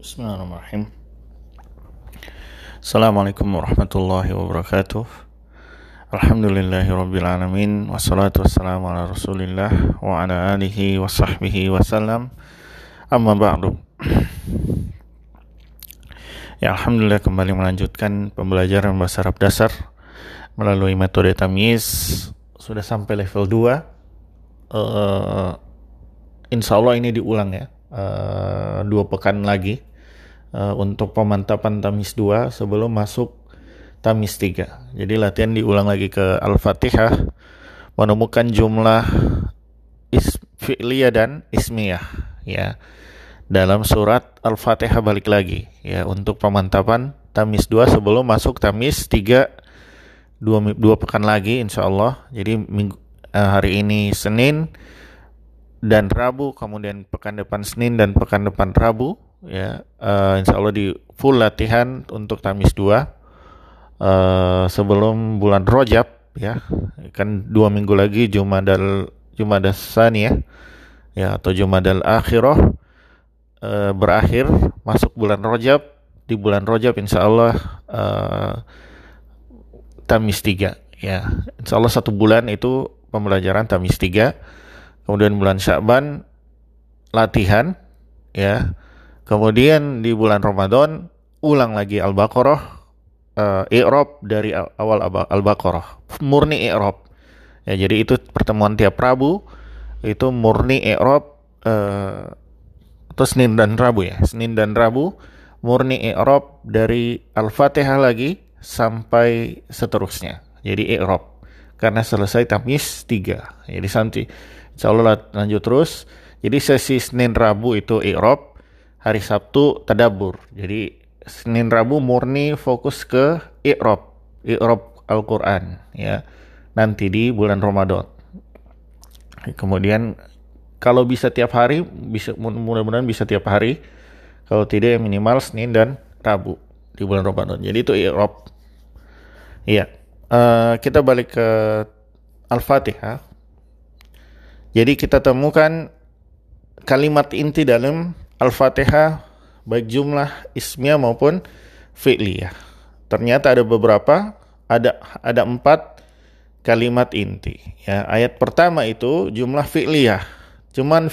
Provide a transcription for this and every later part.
Bismillahirrahmanirrahim. Assalamualaikum warahmatullahi wabarakatuh. Alhamdulillahirabbil alamin wassalatu wassalamu ala Rasulillah wa ala alihi wa sahbihi wasallam. Amma ba'du. Ya, alhamdulillah kembali melanjutkan pembelajaran bahasa Arab dasar melalui metode tamyiz. Sudah sampai level 2. Insyaallah ini diulang ya. 2 pekan lagi untuk pemantapan Tamyiz 2 sebelum masuk Tamyiz 3. Jadi latihan diulang lagi ke Al-Fatihah, menemukan jumlah fi'liyah dan ismiyah ya. Dalam surat Al-Fatihah balik lagi ya untuk pemantapan Tamyiz 2 sebelum masuk Tamyiz 3 2 pekan lagi insyaallah. Jadi hari ini Senin dan Rabu, kemudian pekan depan Senin dan pekan depan Rabu ya, insyaallah di full latihan untuk Tamyiz 2 sebelum bulan Rajab ya. Kan 2 minggu lagi Jumadal Tsaniyah ya atau Jumadal Akhirah berakhir, masuk bulan Rajab. Di bulan Rajab insyaallah Tamyiz 3 ya. Insyaallah 1 bulan itu pembelajaran Tamyiz 3. Kemudian bulan Sya'ban latihan ya. Kemudian di bulan Ramadan ulang lagi Al-Baqarah, i'rab dari awal Al-Baqarah, murni i'rab. Ya, jadi itu pertemuan tiap Rabu itu murni i'rab, atau Senin dan Rabu ya. Senin dan Rabu murni i'rab dari Al-Fatihah lagi sampai seterusnya. Jadi i'rab karena selesai Tamyiz 3. Jadi nanti insyaallah lanjut terus. Jadi sesi Senin Rabu itu i'rab, hari Sabtu tadabbur. Jadi Senin Rabu murni fokus ke i'rab Al-Qur'an ya. Nanti di bulan Ramadan. Kemudian kalau bisa tiap hari, mudah-mudahan bisa tiap hari. Kalau tidak ya minimal Senin dan Rabu di bulan Ramadan. Jadi itu i'rab. Iya. Kita balik ke Al-Fatihah. Jadi kita temukan kalimat inti dalam Al-Fatihah baik jumlah ismiyah maupun fi'liyah. Ternyata ada beberapa, ada 4 kalimat inti. Ya, ayat pertama itu jumlah fi'liyah. Cuman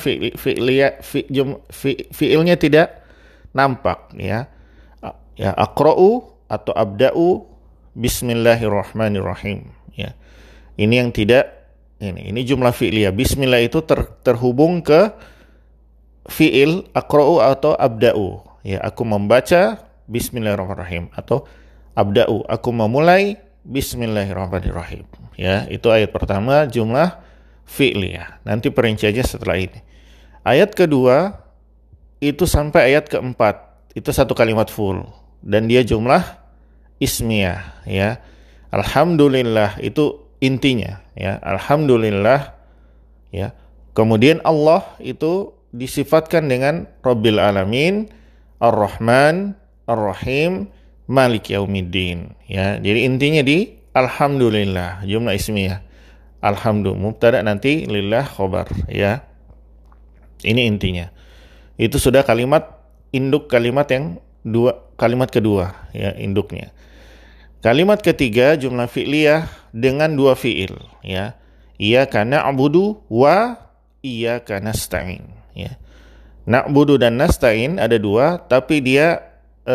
fi'ilnya tidak nampak ya. Ya, aqra'u atau abda'u bismillahirrahmanirrahim ya. Ini yang tidak ini jumlah fi'liyah. Bismillah itu terhubung ke fi'il aqra'u atau abda'u ya, aku membaca bismillahirrahmanirrahim, atau abda'u, aku memulai bismillahirrahmanirrahim ya. Itu ayat pertama jumlah fi'liyah. Nanti perinciannya setelah ini. Ayat kedua itu sampai ayat keempat itu 1 kalimat full dan dia jumlah ismiyah ya. Alhamdulillah itu intinya ya, alhamdulillah ya. Kemudian Allah itu disifatkan dengan Rabbil Alamin, Ar-Rahman, Ar-Rahim, Malik Yaumiddin ya. Jadi intinya di alhamdulillah jumlah ismiyah. Alhamdulillah mubtada, nanti lillah khobar ya. Ini intinya. Itu sudah kalimat induk, kalimat yang kalimat kedua ya, induknya. Kalimat ketiga jumlah fi'liyah dengan 2 fi'il ya. Iyyaka na'budu wa iyyaka nasta'in ya. Na'budu dan nasta'in ada 2, tapi dia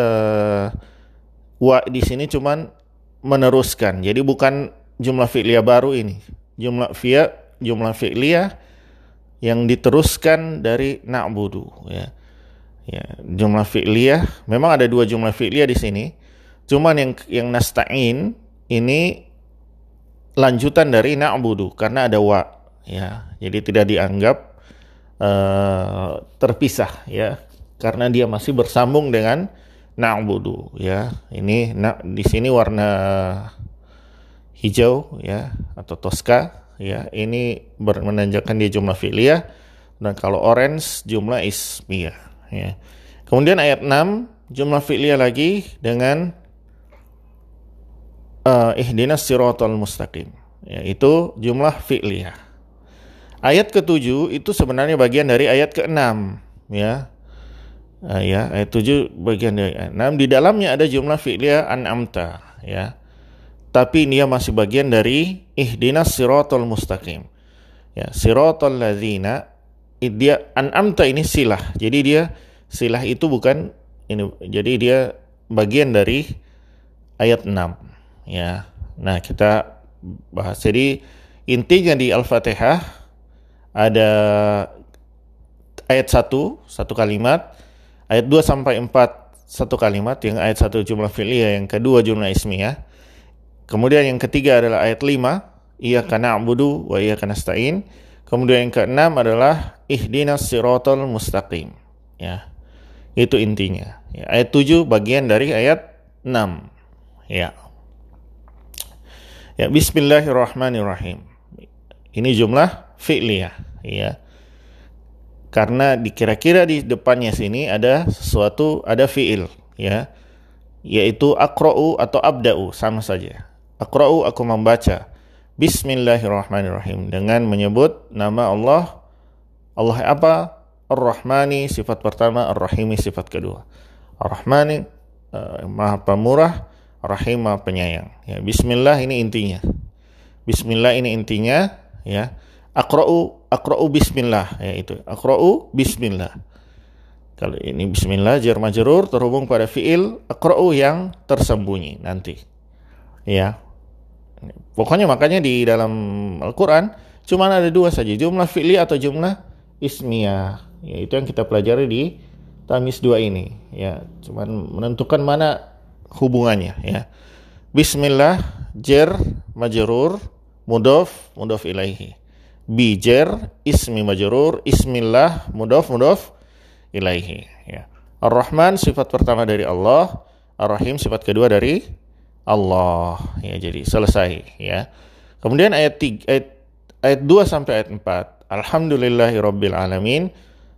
wa di sini cuman meneruskan. Jadi bukan jumlah fi'liyah baru ini. Jumlah fi'liyah yang diteruskan dari na'budu ya. Ya, jumlah fi'liyah memang ada 2 jumlah fi'liyah di sini. Cuman yang nasta'in ini lanjutan dari na'budu karena ada wa ya. Jadi tidak dianggap terpisah ya, karena dia masih bersambung dengan na'budu ya. Ini di sini warna hijau ya atau toska ya. Ini menandakan dia jumlah fi'liyah, dan kalau orange jumlah ismiyah ya. Kemudian ayat 6 jumlah fi'liyah lagi dengan ihdinas siratal mustaqim ya, itu jumlah fi'liyah. Ayat ke-7 itu sebenarnya bagian dari ayat ke-6 ya. Ya, ayat 7 bagian dari ayat 6. Di dalamnya ada jumlah fi'liyah an'amta, ya. Tapi dia masih bagian dari ihdinas siratal mustaqim. Ya, siratal ladzina, dia an'amta ini silah. Jadi dia silah itu bukan ini, jadi dia bagian dari ayat 6, ya. Nah, kita bahas. Jadi intinya di Al-Fatihah ada ayat 1 satu kalimat, ayat 2 sampai 4 satu kalimat, yang ayat 1 jumlah fi'liyah, yang kedua jumlah ismiyah. Kemudian yang ketiga adalah ayat 5, iyyaka na'budu wa iyyaka nasta'in. Kemudian yang keenam adalah ihdinas siratal mustaqim. Ya. Itu intinya. Ya, ayat 7 bagian dari ayat 6. Ya. Ya, bismillahirrahmanirrahim. Ini jumlah fi'liyah, ya. Karena kira-kira di depannya sini ada sesuatu, ada fi'il, ya, yaitu aqra'u atau abda'u, sama saja. Aqra'u, aku membaca. Bismillahirrahmanirrahim, dengan menyebut nama Allah. Allah apa? Ar-Rahmani sifat pertama, Ar-Rahimi sifat kedua. Ar-Rahmani Maha Pemurah, Ar-Rahim Maha Penyayang. Ya, Bismillah ini intinya. Bismillah ini intinya, ya. Aqra'u bismillah, ya itu. Aqra'u bismillah. Kalau ini bismillah jar majrur terhubung pada fiil aqra'u yang tersembunyi nanti. Ya. Pokoknya makanya di dalam Al-Qur'an cuma ada dua saja, jumlah fi'li atau jumlah ismiyah. Ya, itu yang kita pelajari di Tamis 2 ini, ya. Cuman menentukan mana hubungannya, ya. Bismillah jar majrur mudhaf ilaihi. Bijar ismi majrur ismillah mudhaf ilaihi, ya. Ar-Rahman sifat pertama dari Allah, Ar-Rahim sifat kedua dari Allah, ya. Jadi selesai, ya. Kemudian ayat 2 sampai ayat 4, alhamdulillahirabbil alamin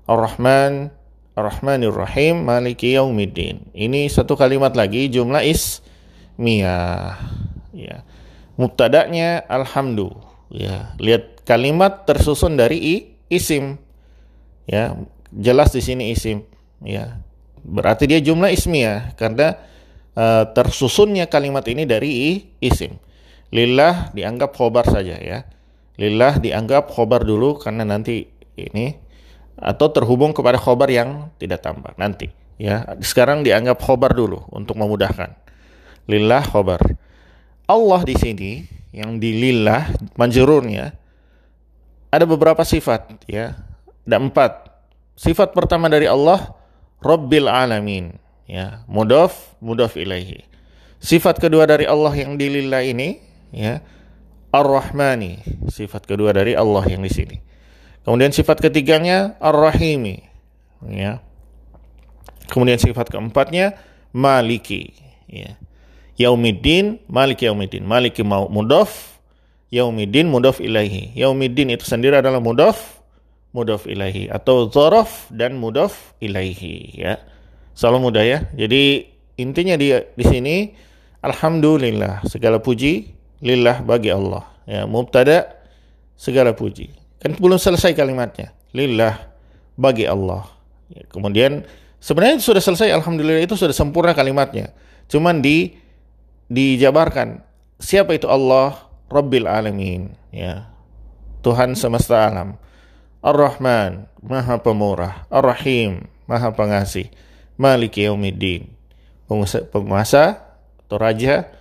Ar-Rahmanir Rahim maliki yaumiddin. Ini satu kalimat lagi jumlah ismiyah, ya. Mubtada'nya alhamdu, ya. Lihat kalimat tersusun dari isim, ya. Jelas di sini isim, ya. Berarti dia jumlah ismiyah karena tersusunnya kalimat ini dari isim. Lillah dianggap khobar saja, ya. Lillah dianggap khobar dulu karena nanti ini, atau terhubung kepada khobar yang tidak tambah nanti, ya. Sekarang dianggap khobar dulu untuk memudahkan. Lillah khobar. Allah di sini yang di lillah majrurnya ada beberapa sifat, ya. Ada 4. Sifat pertama dari Allah Rabbil alamin, ya, mudhaf ilaihi. Sifat kedua dari Allah yang di lillah ini, ya, Ar-Rahmani, sifat kedua dari Allah yang di sini. Kemudian sifat ketiganya Ar-Rahimi, ya. Kemudian sifat keempatnya Maliki, ya. Yaumiddin, Maliki Yaumiddin. Maliki mudhaf, Yaumiddin mudhaf ilaihi. Yaumiddin itu sendiri adalah mudhaf ilaihi atau dzaraf dan mudhaf ilaihi, ya. Selalu mudah, ya. Jadi intinya di sini alhamdulillah, segala puji lillah bagi Allah, ya. Mubtada segala puji. Kan belum selesai kalimatnya. Lillah bagi Allah. Ya, kemudian sebenarnya sudah selesai, alhamdulillah itu sudah sempurna kalimatnya. Cuman dijabarkan siapa itu Allah, Rabbil alamin, ya. Tuhan semesta alam. Ar-Rahman, Maha Pemurah. Ar-Rahim, Maha Pengasih. Maliki yaumiddin, penguasa atau raja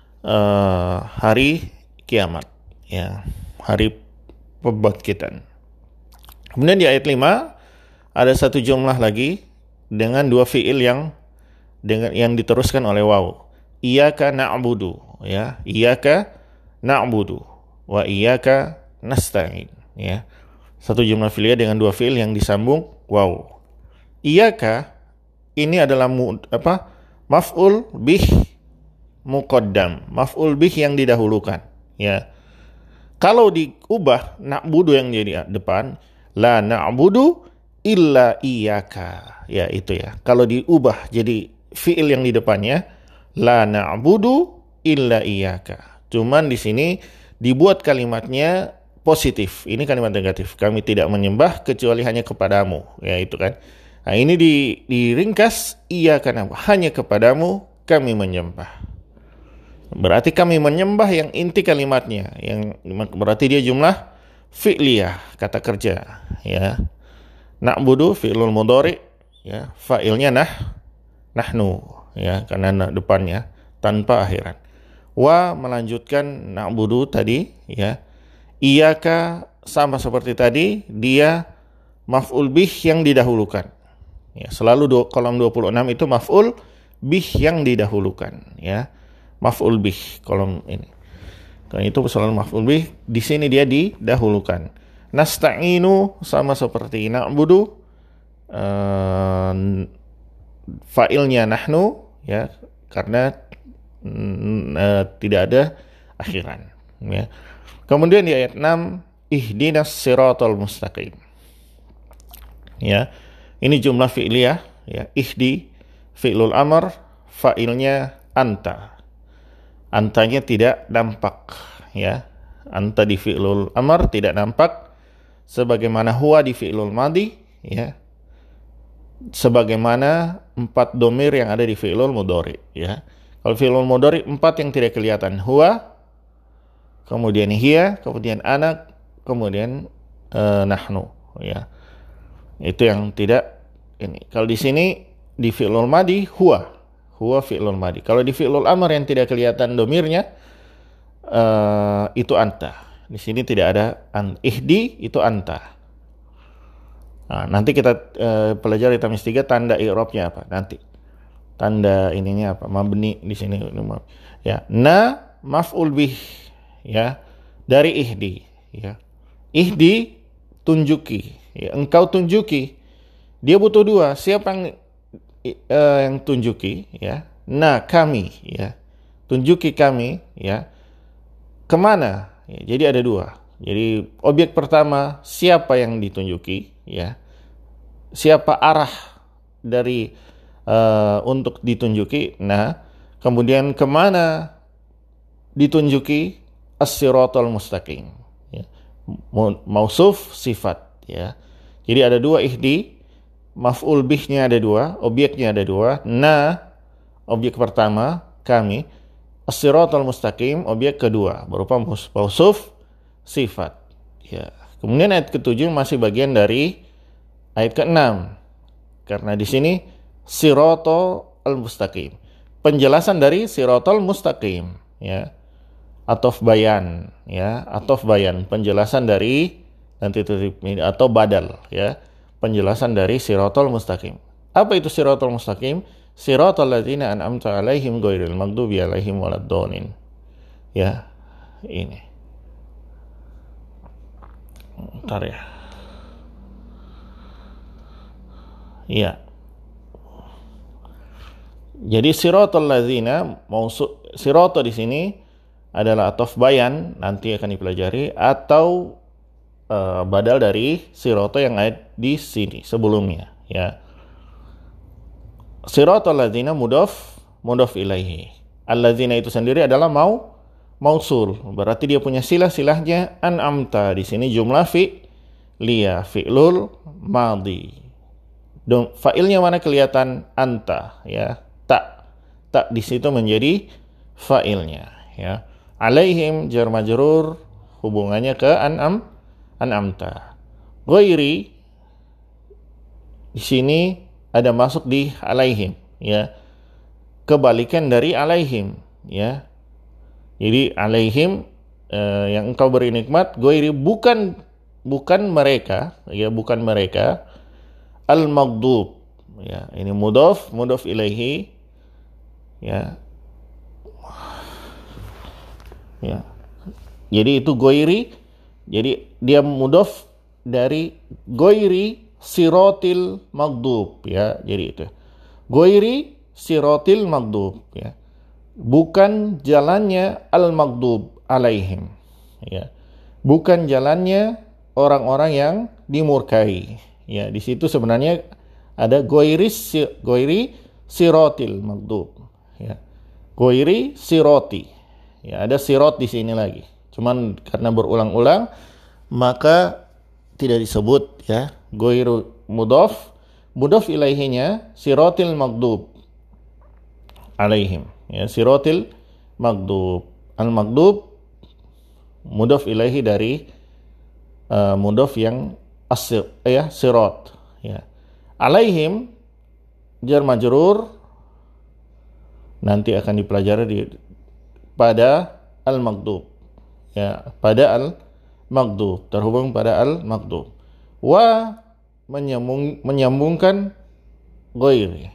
hari kiamat, ya, hari pembangkitan. Kemudian di ayat 5 ada satu jumlah lagi dengan dua fiil yang diteruskan oleh waw. Iyyaka na'budu, ya. Iyyaka na'budu wa iyyaka nasta'in, ya. Satu jumlah fi'liyah dengan dua fiil yang disambung waw. Iyyaka ini adalah maf'ul bih muqaddam, maf'ul bih yang didahulukan, ya. Kalau diubah na'budu yang jadi depan, la na'budu illa iyyaka, ya itu, ya. Kalau diubah jadi fiil yang di depannya, la na'budu illa iyyaka. Cuman di sini dibuat kalimatnya positif. Ini kalimat negatif. Kami tidak menyembah kecuali hanya kepadamu, ya itu kan. Nah, ini diringkas, iyyaka na'budu, hanya kepadamu kami menyembah. Berarti kami menyembah yang inti kalimatnya, yang berarti dia jumlah fi'liyah, kata kerja, ya. Na'budu fi'lul mudhari, ya, fa'ilnya nahnu, ya, karena depannya tanpa akhiran. Wa melanjutkan na'budu tadi, ya. Iyyaka sama seperti tadi, dia maf'ul bih yang didahulukan. Ya, selalu kolom 26 itu maf'ul bih yang didahulukan, ya. Maf'ul bih kolom ini. Karena itu selalu maf'ul bih, di sini dia didahulukan. Nasta'inu sama seperti na'budu, fa'ilnya nahnu, ya, karena tidak ada akhiran, ya. Kemudian di ayat 6, ihdinas siratal mustaqim. Ya. Ini jumlah fi'liyah, ya. Ihdi fi'lul amr, fa'ilnya anta. Antanya tidak nampak, ya. Anta di fi'lul amr tidak nampak, sebagaimana huwa di fi'lul madi, ya. Sebagaimana 4 domir yang ada di fi'lul mudhari, ya. Kalau fi'lul mudhari 4 yang tidak kelihatan, huwa, kemudian hiya, kemudian anak, kemudian nahnu, ya. Itu yang tidak ini. Kalau di sini di fi'lul madi huwa fi'lul madi. Kalau di fi'lul amr yang tidak kelihatan domirnya, itu anta. Di sini tidak ada ihdi, itu anta. Nah, nanti kita pelajari tamis 3 tanda i'rabnya apa nanti. Tanda ininya apa? Mabni di sini, ya. Na maf'ul bih, ya, dari ihdi, ya. Ihdi tunjuki, ya, engkau tunjuki. Dia butuh 2. Siapa yang tunjuki, ya? Nah, kami, ya. Tunjuki kami, ya. Kemana? Ya, jadi ada 2. Jadi objek pertama, siapa yang ditunjuki, ya. Siapa arah dari untuk ditunjuki. Nah, kemudian kemana ditunjuki, as-siratal mustaqim, ya. Mausuf sifat, ya. Jadi ada 2 ihdi, maf'ul bihnya ada 2, objeknya ada 2. Nah, objek pertama kami, as-siratal mustaqim objek kedua berupa mausuf sifat, ya. Kemudian ayat ke-7 masih bagian dari ayat ke-6. Karena di sini siratal mustaqim, penjelasan dari siratal mustaqim, ya. Atof bayan, ya, atof bayan, penjelasan dari nanti atau badal, ya, penjelasan dari siratal mustaqim. Apa itu siratal mustaqim? Siratal ladzina an'amta 'alaihim ghairil maghdubi 'alaihim waladdallin. Ya, ini. Bentar ya. Ya. Jadi siratal ladzina, sirata di sini adalah atof bayan, nanti akan dipelajari, atau badal dari sirata yang ada di sini sebelumnya, ya. Siratal ladzina mudhaf ilaihi. Alladzina itu sendiri adalah mausul, berarti dia punya silah-silahnya an'amta. Di sini jumlah fi'liyah, fi'lul madhi. Fa'ilnya mana kelihatan? Anta, ya. Tak di situ menjadi fa'ilnya, ya. Alaihim jar majrur, hubungannya ke an'amta. Ghairi di sini ada masuk di alaihim, ya. Kebalikan dari alaihim, ya. Jadi alaihim yang engkau beri nikmat, ghairi bukan mereka, ya, bukan mereka. Al-maghdub, ya, ini mudhaf ilaihi, ya. Ya. Jadi itu ghairi, jadi dia mudhaf dari ghairi siratil maghdub, ya. Jadi itu ghairi siratil maghdub, ya, bukan jalannya al-maghdub alaihim, ya, bukan jalannya orang-orang yang dimurkai, ya. Di situ sebenarnya ada ghairi siratil maghdub, ya, ghairi sirati, ya, ada sirat di sini lagi, cuman karena berulang-ulang maka tidak disebut, ya. Ghairu mudhaf mudhaf ilaihinya siratil maghdub alaihim, ya, siratil maghdub. Al maghdub mudhaf ilaihi dari mudhaf yang sirat, ya. Alaihim jar majrur nanti akan dipelajari pada al maghdub, ya, pada al maghdub, terhubung pada al maghdub. Wa menyambungkan ghairi,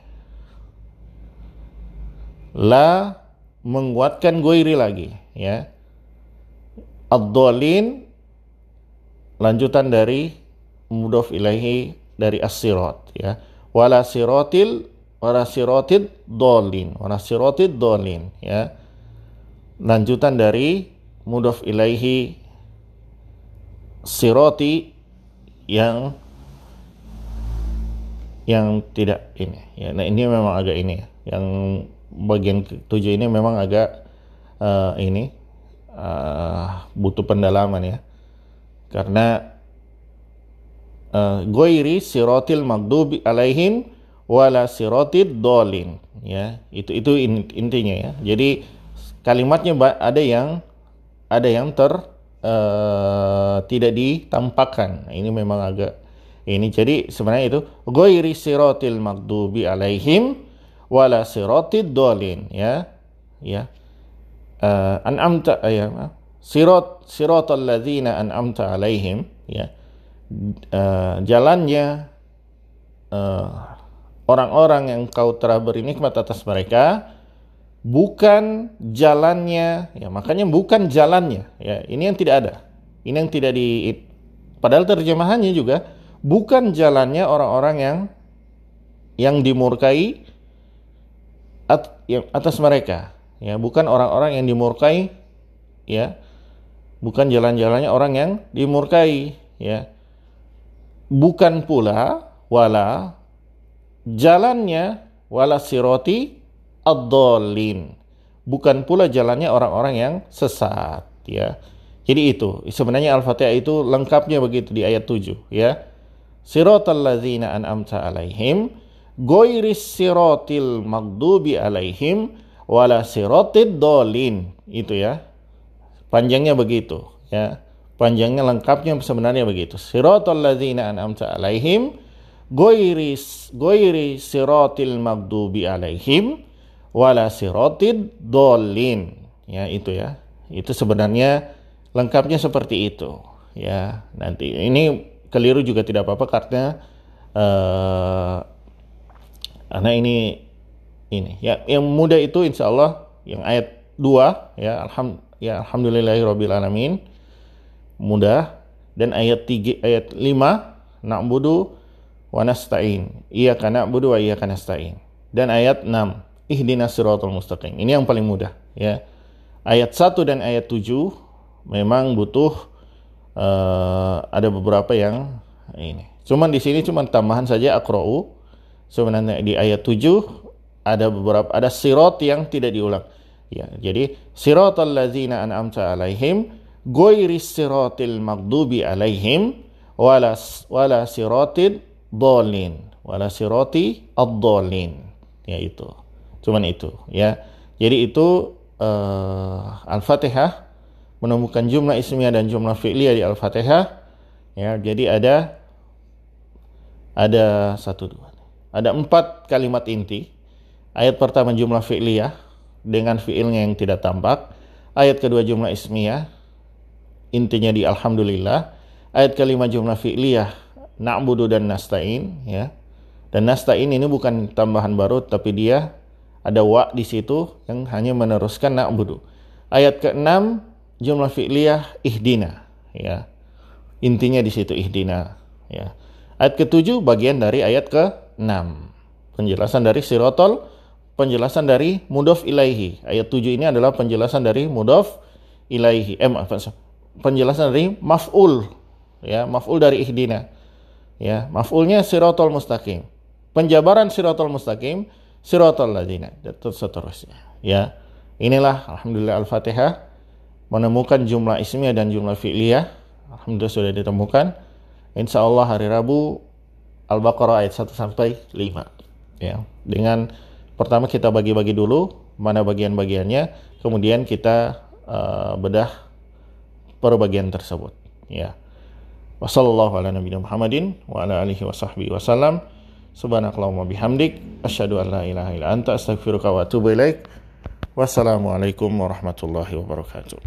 la menguatkan ghairi lagi, ya. Ad-dhalin lanjutan dari mudhaf ilaihi dari as-sirat, ya. Wala siratid dhalin, ya. Lanjutan dari mudhaf ilaihi sirati yang tidak ini, ya. Nah, ini memang agak ini, ya. Yang bagian ke-7 ini memang agak butuh pendalaman, ya. Karena ghairi siratil maghdubi alaihim wala siratid dhalin, ya. Itu intinya, ya. Jadi kalimatnya ada yang tidak ditampakkan. Ini memang agak ini. Jadi sebenarnya itu ghairi siratil maghdubi alaihim wala siratid dhalin, ya. Ya. An'amta, ya. Siratal ladzina an'amta alaihim, ya. Jalannya orang-orang yang kau telah beri nikmat atas mereka, bukan jalannya, ya. Makanya bukan jalannya, ya. Ini yang tidak ada, ini yang tidak padahal terjemahannya juga bukan jalannya orang-orang yang dimurkai atas mereka, ya. Bukan orang-orang yang dimurkai, ya. Bukan jalan-jalannya orang yang dimurkai, ya. Bukan pula wala jalannya wala sirati ad-dhalin, bukan pula jalannya orang-orang yang sesat, ya. Jadi itu sebenarnya Al-Fatihah itu lengkapnya begitu di ayat 7, ya. Siratal ladzina an'amta alaihim ghairis siratil maghdubi alaihim wala siratid dhalin, itu, ya. Panjangnya begitu, ya. Panjangnya lengkapnya sebenarnya begitu. Siratal ladzina an'amta alaihim ghairi siratil maghdubi alaihim wala siratid dhalin, ya. Itu, ya. Itu sebenarnya lengkapnya seperti itu, ya. Nanti ini keliru juga tidak apa-apa karena ini ya, yang mudah itu insyaallah yang ayat 2, ya. Alhamdulillahirabbil alamin, mudah. Dan ayat 5 na'budu wa nasta'in, iyyaka na'budu wa iyyaka nasta'in. Dan ayat 6 ihdinas siratal mustaqim, ini yang paling mudah, ya. Ayat 1 dan ayat 7 memang butuh ada beberapa yang ini. Cuman di sini cuman tambahan saja aqra'u. Sebenarnya di ayat 7 ada sirat yang tidak diulang, ya. Jadi siratal ladzina an'amta alaihim ghairis siratil maghdubi alaihim wala siratid dhalin wala sirati ad-dhalin, ya. Itu cuman itu, ya. Jadi itu Al-Fatihah menemukan jumlah ismiyah dan jumlah fi'liyah di Al-Fatihah, ya. Jadi ada 4 kalimat inti. Ayat pertama jumlah fi'liyah dengan fi'ilnya yang tidak tampak. Ayat kedua jumlah ismiyah, intinya di alhamdulillah. Ayat kelima jumlah fi'liyah na'budu dan nasta'in, ya. Dan nasta'in ini bukan tambahan baru, tapi dia ada wa di situ yang hanya meneruskan na'budu. Ayat ke-6 jumlah fi'liyah ihdina, ya. Intinya di situ ihdina, ya. Ayat ke-7 bagian dari ayat ke-6. Penjelasan dari sirotol, penjelasan dari mudhaf ilaihi. Ayat 7 ini adalah penjelasan dari mudhaf ilaihi. Penjelasan dari maf'ul, ya, maf'ul dari ihdina. Ya, maf'ulnya sirotol mustaqim. Penjabaran sirotol mustaqim, sirotol ladzina, dan seterusnya, ya. Inilah alhamdulillah Al-Fatihah menemukan jumlah ismiyah dan jumlah fi'liyah. Alhamdulillah sudah ditemukan. Insyaallah hari Rabu Al-Baqarah ayat 1 sampai 5. Ya, dengan pertama kita bagi-bagi dulu mana bagian-bagiannya, kemudian kita bedah per bagian tersebut. Ya. Wassallallahu ala nabiyina Muhammadin wa ala alihi wa sahbihi wasallam. Subhanakallahumma bihamdik asyhadu an la ilaha illa anta astaghfiruka wa atubu ilaik. Wassalamualaikum warahmatullahi wabarakatuh.